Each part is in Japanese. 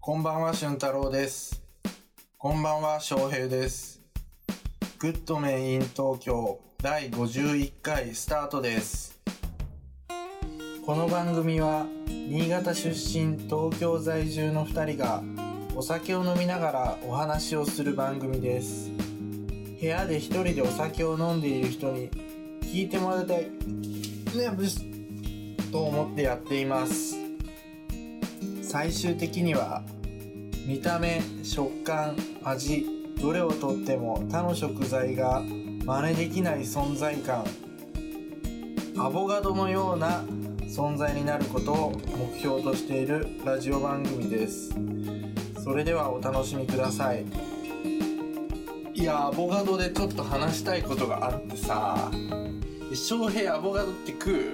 こんばんは、俊太郎です。こんばんは、翔平です。グッドメイン東京第51回スタートです。この番組は新潟出身東京在住の2人がお酒を飲みながらお話をする番組です。部屋で一人でお酒を飲んでいる人に聞いてもらいたいと思ってやっています。最終的には見た目、食感、味、どれをとっても他の食材が真似できない存在感、アボカドのような存在になることを目標としているラジオ番組です。それではお楽しみください。いや、アボカドでちょっと話したいことがあってさ、翔平アボカドって食う？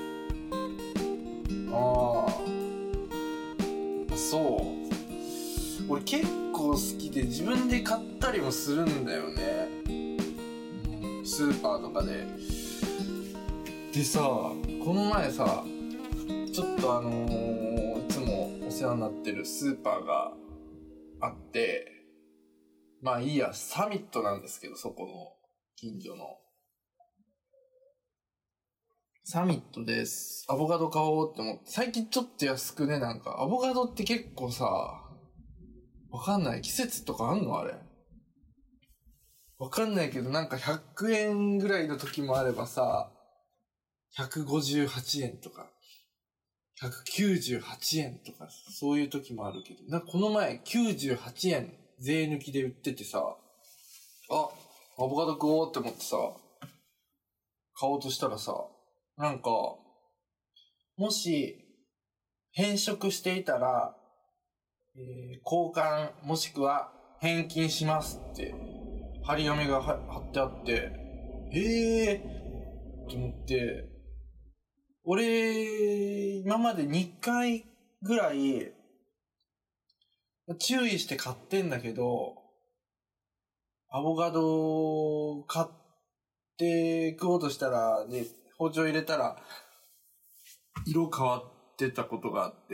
そう。俺結構好きで自分で買ったりもするんだよね。スーパーとかで。でさ、この前さ、ちょっといつもお世話になってるスーパーがあって、まあいいや、サミットなんですけど、そこの近所の。サミットです。アボカド買おうって思って、最近ちょっと安くね、なんか、アボカドって結構さ、わかんない。季節とかあんのあれ。わかんないけど、なんか100円ぐらいの時もあればさ、158円とか、198円とか、そういう時もあるけど、なんかこの前98円税抜きで売っててさ、アボカド食おうって思ってさ、買おうとしたらさ、なんか、もし、変色していたら、交換もしくは返金しますって張り紙が貼ってあって、と思って、俺今まで2回ぐらい注意して買ってんだけど、アボカド買って食おうとしたらで包丁入れたら色変わってたことがあって、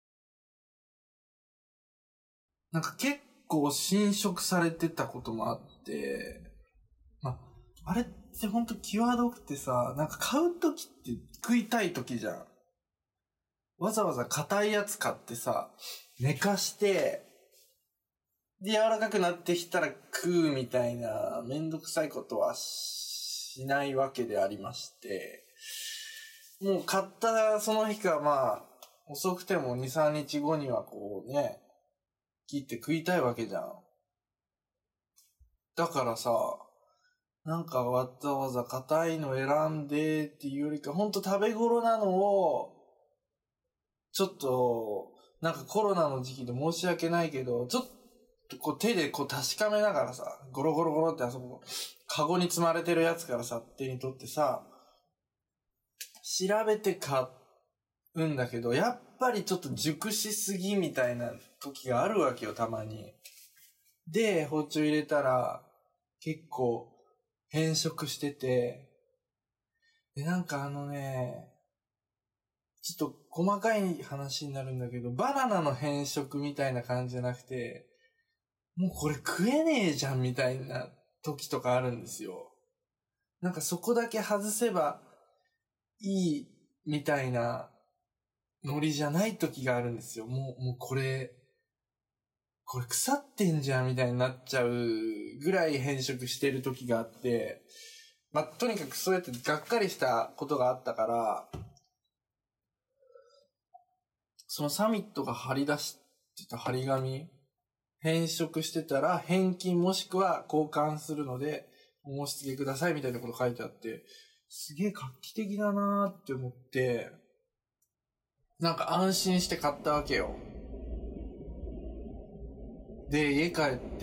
なんか結構侵食されてたこともあって、あれってほんと際どくてさ、なんか買うときって食いたいときじゃん。わざわざ硬いやつ買ってさ、寝かして、で、柔らかくなってきたら食うみたいなめんどくさいことはしないわけでありまして、もう買ったその日か遅くても2、3日後にはこうね、切って食いたいわけじゃん。だからさ、なんかわざわざ硬いの選んでっていうよりか、ほんと食べ頃なのを、ちょっと、なんかコロナの時期で申し訳ないけど、ちょっとこう手でこう確かめながらさ、ゴロゴロゴロってあそこ、カゴに積まれてるやつからさ、手に取ってさ、調べて買うんだけど、やっぱりちょっと熟しすぎみたいな時があるわけよ、たまに。で、包丁入れたら、結構、変色してて、で、なんかちょっと細かい話になるんだけど、バナナの変色みたいな感じじゃなくて、もうこれ食えねえじゃんみたいな時とかあるんですよ。なんかそこだけ外せばいいみたいなノリじゃない時があるんですよ。もうこれ腐ってんじゃんみたいになっちゃうぐらい変色してる時があって、とにかくそうやってがっかりしたことがあったから、そのサミットが貼り出してた張り紙、変色してたら返金もしくは交換するのでお申し付けくださいみたいなこと書いてあって、すげえ画期的だなーって思って、なんか安心して買ったわけよ。で、家帰って、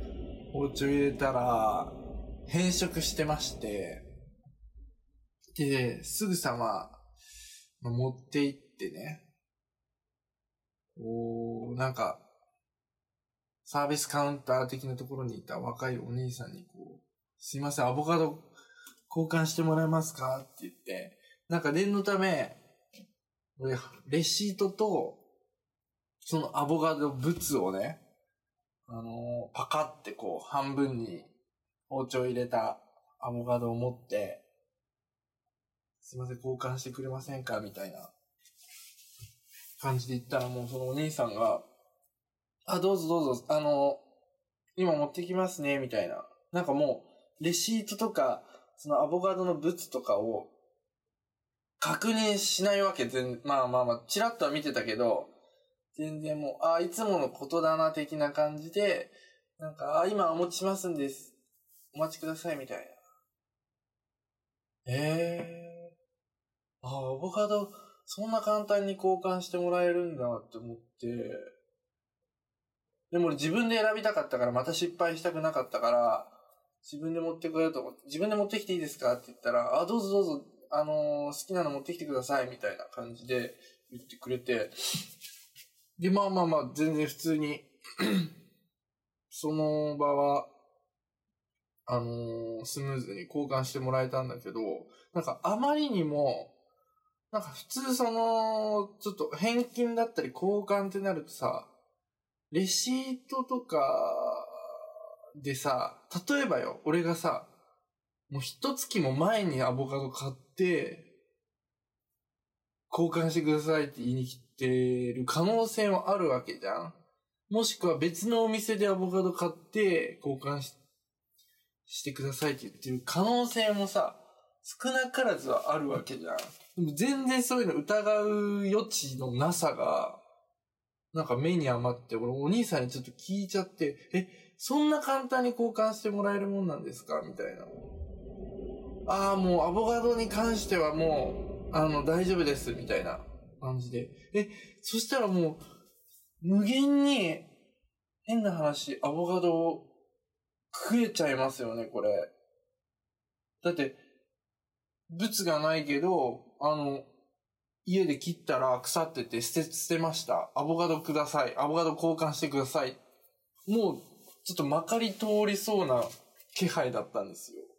包丁入れたら、変色してまして、で、すぐさま、持って行ってね、なんか、サービスカウンター的なところにいた若いお兄さんにすいません、アボカド交換してもらえますかって言って、なんか念のため、俺、レシートと、 そのアボカドブツをね、パカってこう半分に包丁入れたアボカドを持って、すいません、交換してくれませんかみたいな感じで言ったら、もうそのお兄さんが、どうぞどうぞ、今持ってきますね、みたいな。なんかもう、レシートとか、そのアボカドのブツとかを確認しないわけ。まあ、チラッとは見てたけど、全然もう、いつものことだな、的な感じで、なんか、今お持ちしますんです。お待ちください、みたいな。アボカド、そんな簡単に交換してもらえるんだって思って、でも俺自分で選びたかったから、また失敗したくなかったから、自分で持ってこようと思って、自分で持ってきていいですかって言ったら、どうぞどうぞ、好きなの持ってきてください、みたいな感じで言ってくれて、で、まあ、全然普通に、その場は、スムーズに交換してもらえたんだけど、なんかあまりにも、なんか普通ちょっと返金だったり交換ってなるとさ、レシートとかでさ、例えばよ、俺がさ、もう一月も前にアボカド買って、交換してくださいって言いに来てる可能性はあるわけじゃん。もしくは別のお店でアボカド買って交換してくださいって言ってる可能性もさ、少なからずはあるわけじゃん。でも全然そういうの疑う余地のなさが、なんか目に余って、俺お兄さんにちょっと聞いちゃって、そんな簡単に交換してもらえるもんなんですかみたいな。もうアボカドに関してはもう、大丈夫です、みたいな感じで。そしたらもう、無限に、変な話、アボカド食えちゃいますよね、これ。だって、物がないけど、家で切ったら腐ってて捨てました。アボカドください。アボカド交換してください。もう、ちょっとまかり通りそうな気配だったんですよ。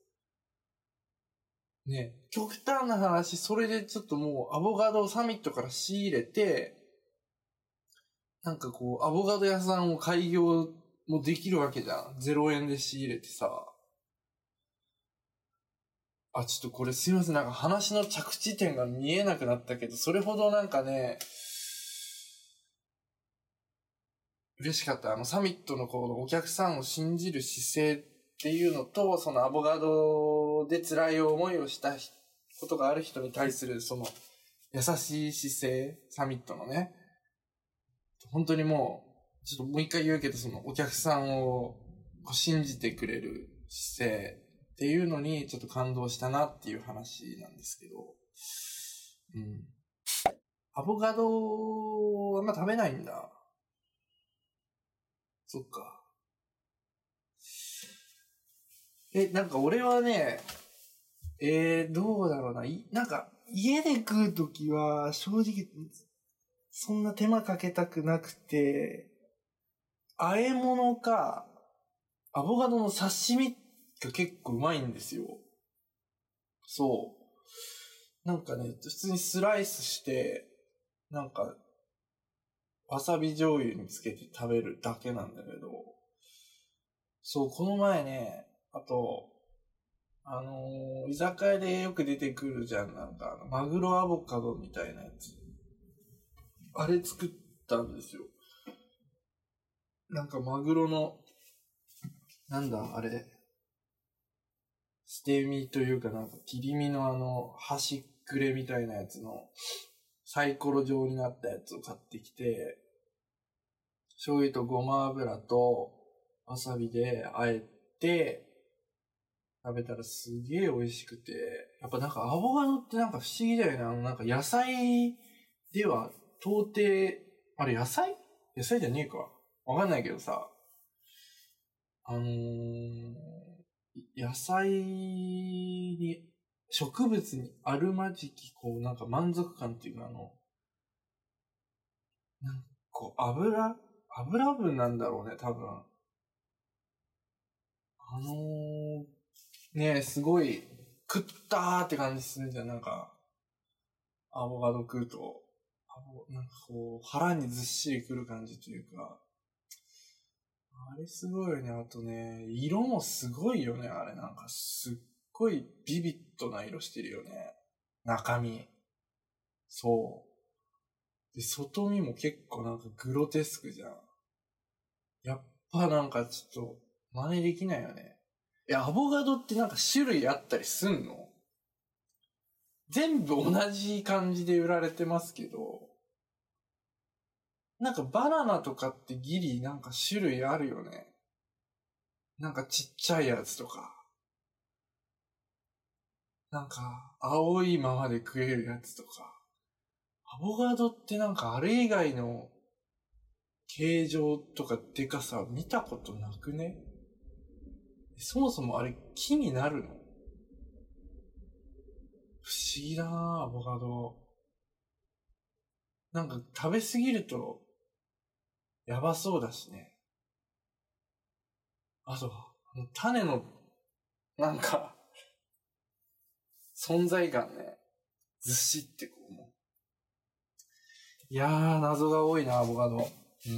ね、極端な話、それでちょっともうアボカドをサミットから仕入れて、なんかこう、アボカド屋さんを開業もできるわけじゃん。0円で仕入れてさ。ちょっとこれすいません。なんか話の着地点が見えなくなったけど、それほどなんかね、嬉しかった。サミットのこのお客さんを信じる姿勢っていうのと、そのアボカドで辛い思いをしたことがある人に対するその優しい姿勢、サミットのね。本当にもう、ちょっともう一回言うけど、そのお客さんを信じてくれる姿勢っていうのにちょっと感動したなっていう話なんですけど。アボカドあんま食べないんだ。そっか。なんか俺はね、どうだろうな。なんか、家で食うときは、正直、そんな手間かけたくなくて、和え物か、アボカドの刺身が結構うまいんですよ。そう。なんかね、普通にスライスして、なんか、わさび醤油につけて食べるだけなんだけど、そう、この前ね、あと、居酒屋でよく出てくるじゃん、なんか、マグロアボカドみたいなやつ。あれ作ったんですよ。なんかマグロの、なんだ、あれ、捨て身というかなんか切り身の端っくれみたいなやつのサイコロ状になったやつを買ってきて、醤油とごま油とわさびで和えて、食べたらすげえ美味しくて、やっぱなんかアボカドってなんか不思議だよね。なんか野菜では到底、あれ野菜じゃねえか。わかんないけどさ、野菜に、植物にあるまじき、こうなんか満足感っていうかなんかこう油分なんだろうね、多分。ねえ、すごい、食ったーって感じするじゃん、なんか。アボカド食うと。アなんかこう、腹にずっしりくる感じというか、あれすごいよね。あとね、色もすごいよね、あれなんかすっごいビビッドな色してるよね。中身。そう。で、外見も結構なんかグロテスクじゃん。やっぱなんかちょっと真似できないよね。アボカドってなんか種類あったりすんの？全部同じ感じで売られてますけど、なんかバナナとかってギリなんか種類あるよね。なんかちっちゃいやつとか。なんか青いままで食えるやつとか。アボカドってなんかあれ以外の形状とかでかさ見たことなくね？そもそもあれ木になるの？不思議だな、アボカド。なんか食べ過ぎるとやばそうだしね。あと、種のなんか存在感ね。ずっしってこうもう。いやー、謎が多いな、アボカド。うん。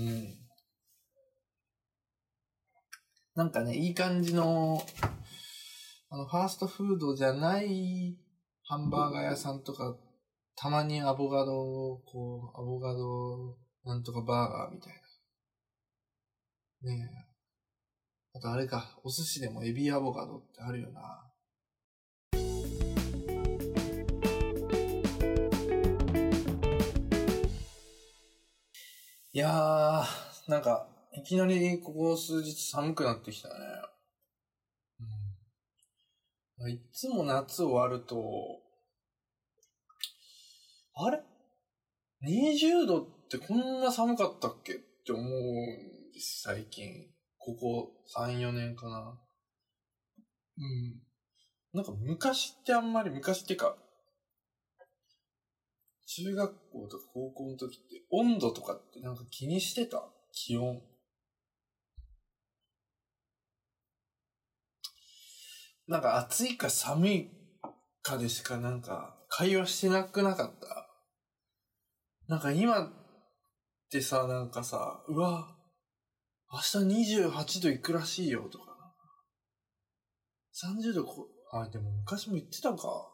なんかね、いい感じの、ファーストフードじゃないハンバーガー屋さんとか、たまにアボカド、こう、アボカド、なんとかバーガーみたいな。ねえ。あとあれか、お寿司でもエビアボカドってあるよな。いやー、なんか、いきなりここ数日寒くなってきたね。うん、いつも夏終わると、あれ ?20 度ってこんな寒かったっけって思うんです、最近。ここ3、4年かな。うん。なんか昔ってあんまり、昔ってか、中学校とか高校の時って温度とかってなんか気にしてた？気温。なんか暑いか寒いかでしかなんか会話してなくなかった？なんか今ってさ、なんかさ、うわ、明日28度いくらしいよとか、30度でも昔も言ってたか。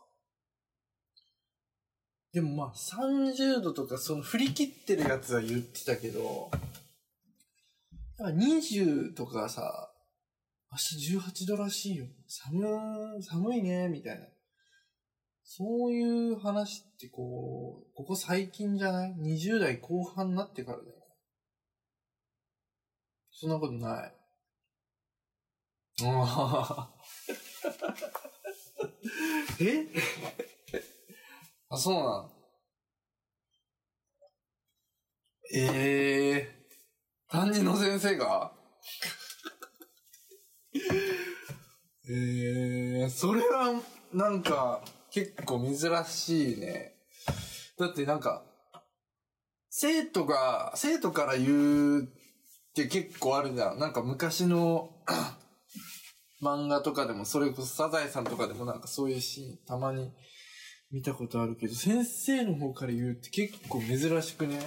でもまあ30度とかその振り切ってるやつは言ってたけど、20とかさ、明日18度らしいよ。寒いね、みたいな。そういう話ってここ最近じゃない？ 20 代後半になってからだよ。そんなことない。えあ、そうなの？担任の先生がそれはなんか結構珍しいね。だってなんか生徒から言うって結構あるじゃん。なんか昔の漫画とかでも、それこそサザエさんとかでもなんかそういうシーンたまに見たことあるけど、先生の方から言うって結構珍しくね？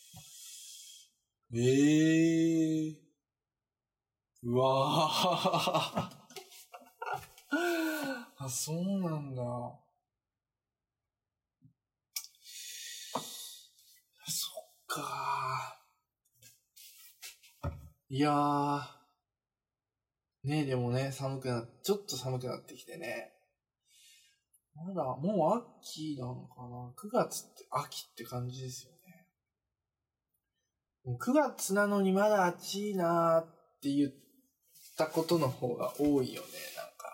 うわーあ、そうなんだ。そっかー。いやー。ねえ、でもね、ちょっと寒くなってきてね。まだ、もう秋なのかな？ 9 月って秋って感じですよね。もう9月なのにまだ暑いなーって言ったことの方が多いよね、なんか。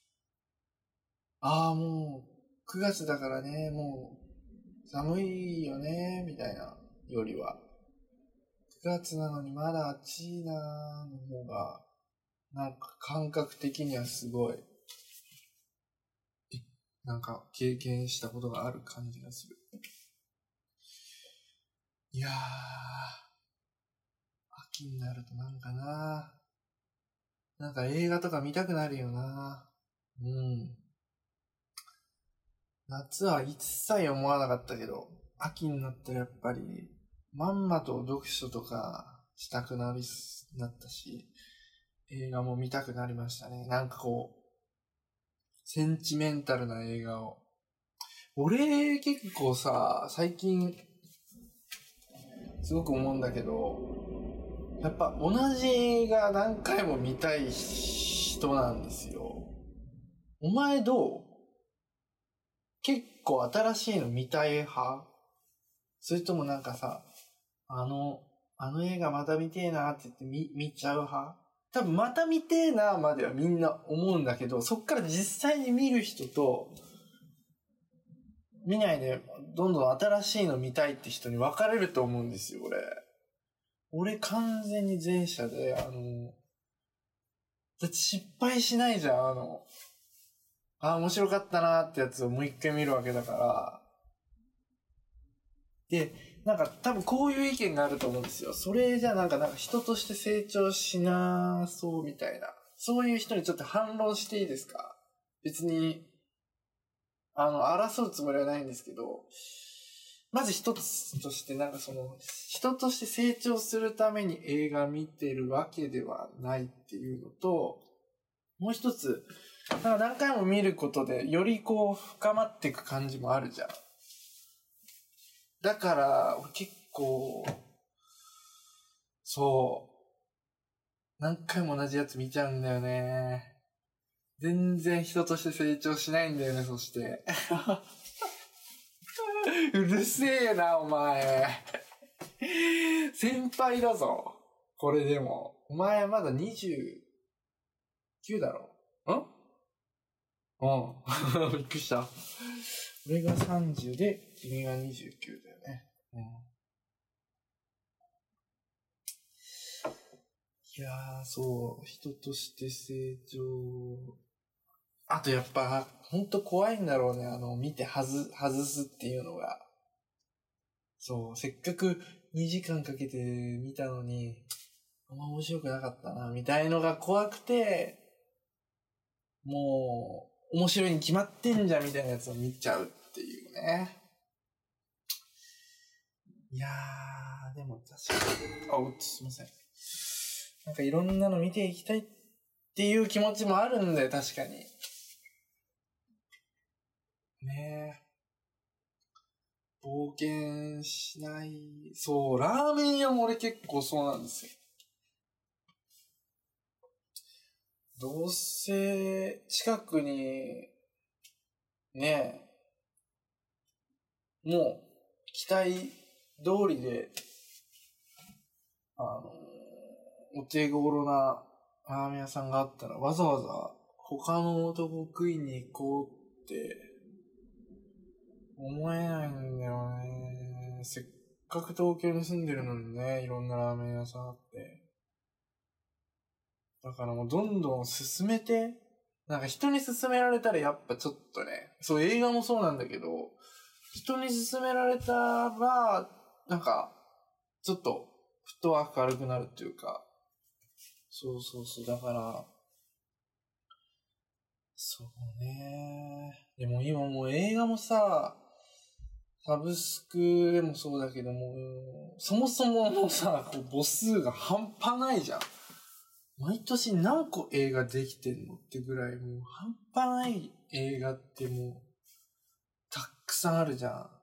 もう9月だからね、もう寒いよね、みたいなよりは。9月なのにまだ暑いなーの方が、なんか感覚的にはすごい、なんか経験したことがある感じがする。いやー、秋になるとなんか映画とか見たくなるよな。夏は一切思わなかったけど、 秋になったらやっぱり、まんまと読書とかしたくなったし、映画も見たくなりましたね。なんかこう、センチメンタルな映画を。俺結構さ、最近、すごく思うんだけど、やっぱ同じ映画何回も見たい人なんですよ。お前どう？結構新しいの見たい派？それともなんかさ、あの映画また見てえなって言って見ちゃう派？多分また見てえなまではみんな思うんだけど、そっから実際に見る人と、見ないでどんどん新しいの見たいって人に分かれると思うんですよ、俺完全に前者で、だって失敗しないじゃん、面白かったなってやつをもう一回見るわけだから。で、なんか多分こういう意見があると思うんですよ。それじゃなんか人として成長しなそうみたいな。そういう人にちょっと反論していいですか？別に、争うつもりはないんですけど、まず一つとして人として成長するために映画見てるわけではないっていうのと、もう一つ、何回も見ることでよりこう深まっていく感じもあるじゃん。だから、俺結構、何回も同じやつ見ちゃうんだよね。全然人として成長しないんだよね、そして。うるせえな、お前。先輩だぞ。これでも。お前まだ29だろ？びっくりした。俺が30で、君が29だよね。いやー、人として成長。あとやっぱ、ほんと怖いんだろうね。見て外すっていうのが。せっかく2時間かけて見たのに、あんま面白くなかったな、みたいのが怖くて、もう、面白いに決まってんじゃんみたいなやつを見ちゃうっていうね。いやー、でも確かに。すいません。なんかいろんなの見ていきたいっていう気持ちもあるんだよ、確かに。ねえ。冒険しない。ラーメン屋も俺結構そうなんですよ。どうせ近くに、ねえ、もう期待通りで、お手頃なラーメン屋さんがあったらわざわざ他のとこ食いに行こうって思えないんだよね。せっかく東京に住んでるのにね、いろんなラーメン屋さんあって。だからもうどんどん進めて、なんか人に勧められたらやっぱちょっとね、映画もそうなんだけど、人に勧められたら、なんか、ちょっと、フットワーク軽くなるっていうか、だから、そうね。でも今もう映画もさ、サブスクでもそうだけども、そもそものさ、母数が半端ないじゃん。毎年何個映画できてんのってぐらい、もう半端ない映画ってもう、たくさんあるじゃん。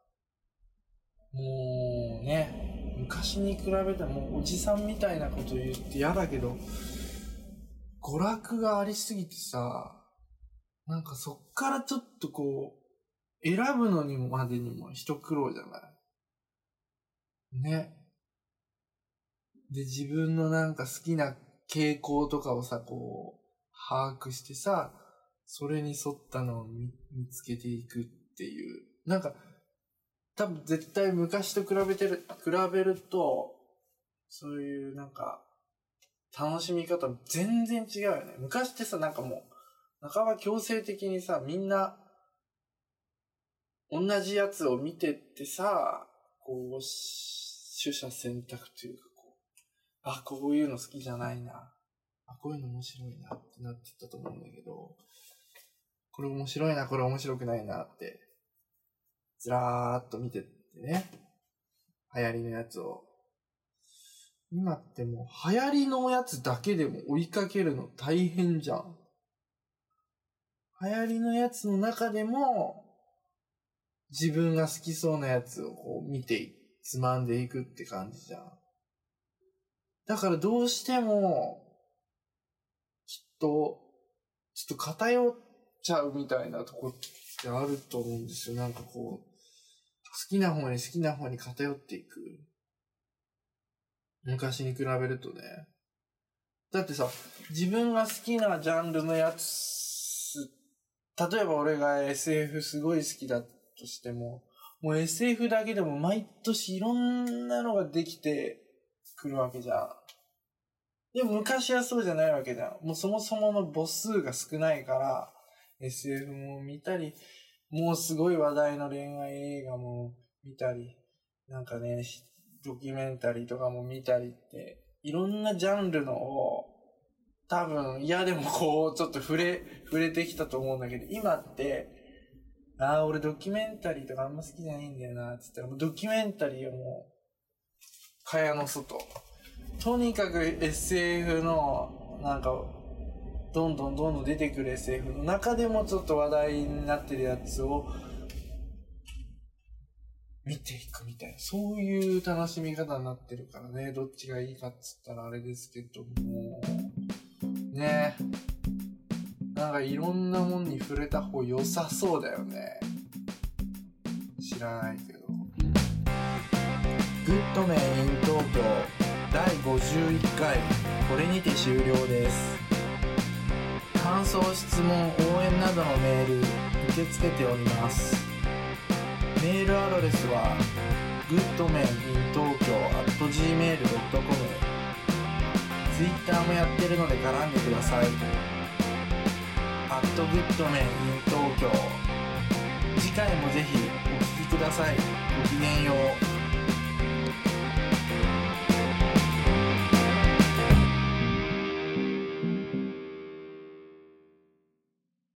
もうね、昔に比べたらもうおじさんみたいなこと言って嫌だけど、娯楽がありすぎてさ、なんかそっからちょっと選ぶのにもまでにも一苦労じゃないね。で、自分のなんか好きな傾向とかをさ、把握してさ、それに沿ったのを見つけていくっていう。なんか、多分絶対昔と比べると、そういうなんか、楽しみ方全然違うよね。昔ってさ、なんかもう、半ば強制的にさ、みんな、同じやつを見てってさ、取捨選択というか、こういうの好きじゃないな。こういうの面白いなってなってたと思うんだけど、これ面白いな、これ面白くないなって、ずらーっと見てって、 てね。流行りのやつを。今ってもう流行りのやつだけでも追いかけるの大変じゃん。流行りのやつの中でも自分が好きそうなやつをこう見てつまんでいくって感じじゃん。だからどうしてもきっとちょっと偏っちゃうみたいなとこってあると思うんですよ。なんかこう好きな方に偏っていく。昔に比べるとね。だってさ、自分が好きなジャンルのやつ、例えば俺が SF すごい好きだとしても、もう SF だけでも毎年いろんなのができてくるわけじゃん。でも昔はそうじゃないわけじゃん。もうそもそもの母数が少ないから、SF も見たり、もうすごい話題の恋愛映画も見たり、なんかね、ドキュメンタリーとかも見たりって、いろんなジャンルのを、多分、でもこう、ちょっと触れてきたと思うんだけど、今って、俺ドキュメンタリーとかあんま好きじゃないんだよな、つったら、もうドキュメンタリーをもう、蚊帳の外。とにかく SF の、なんか、どんどん出てくる SF の中でもちょっと話題になってるやつを、見ていくみたいな、そういう楽しみ方になってるからね。どっちがいいかっつったらあれですけどもね、なんかいろんなもんに触れた方良さそうだよね。知らないけど。グッドメン in 東京第51回これにて終了です。感想、質問、応援などのメール受け付けております。メールアドレスは goodmaninTokyo@gmail.com。 Twitter もやってるので絡んでください。@goodmaninTokyo。次回もぜひお聞きください。ごきげんよう。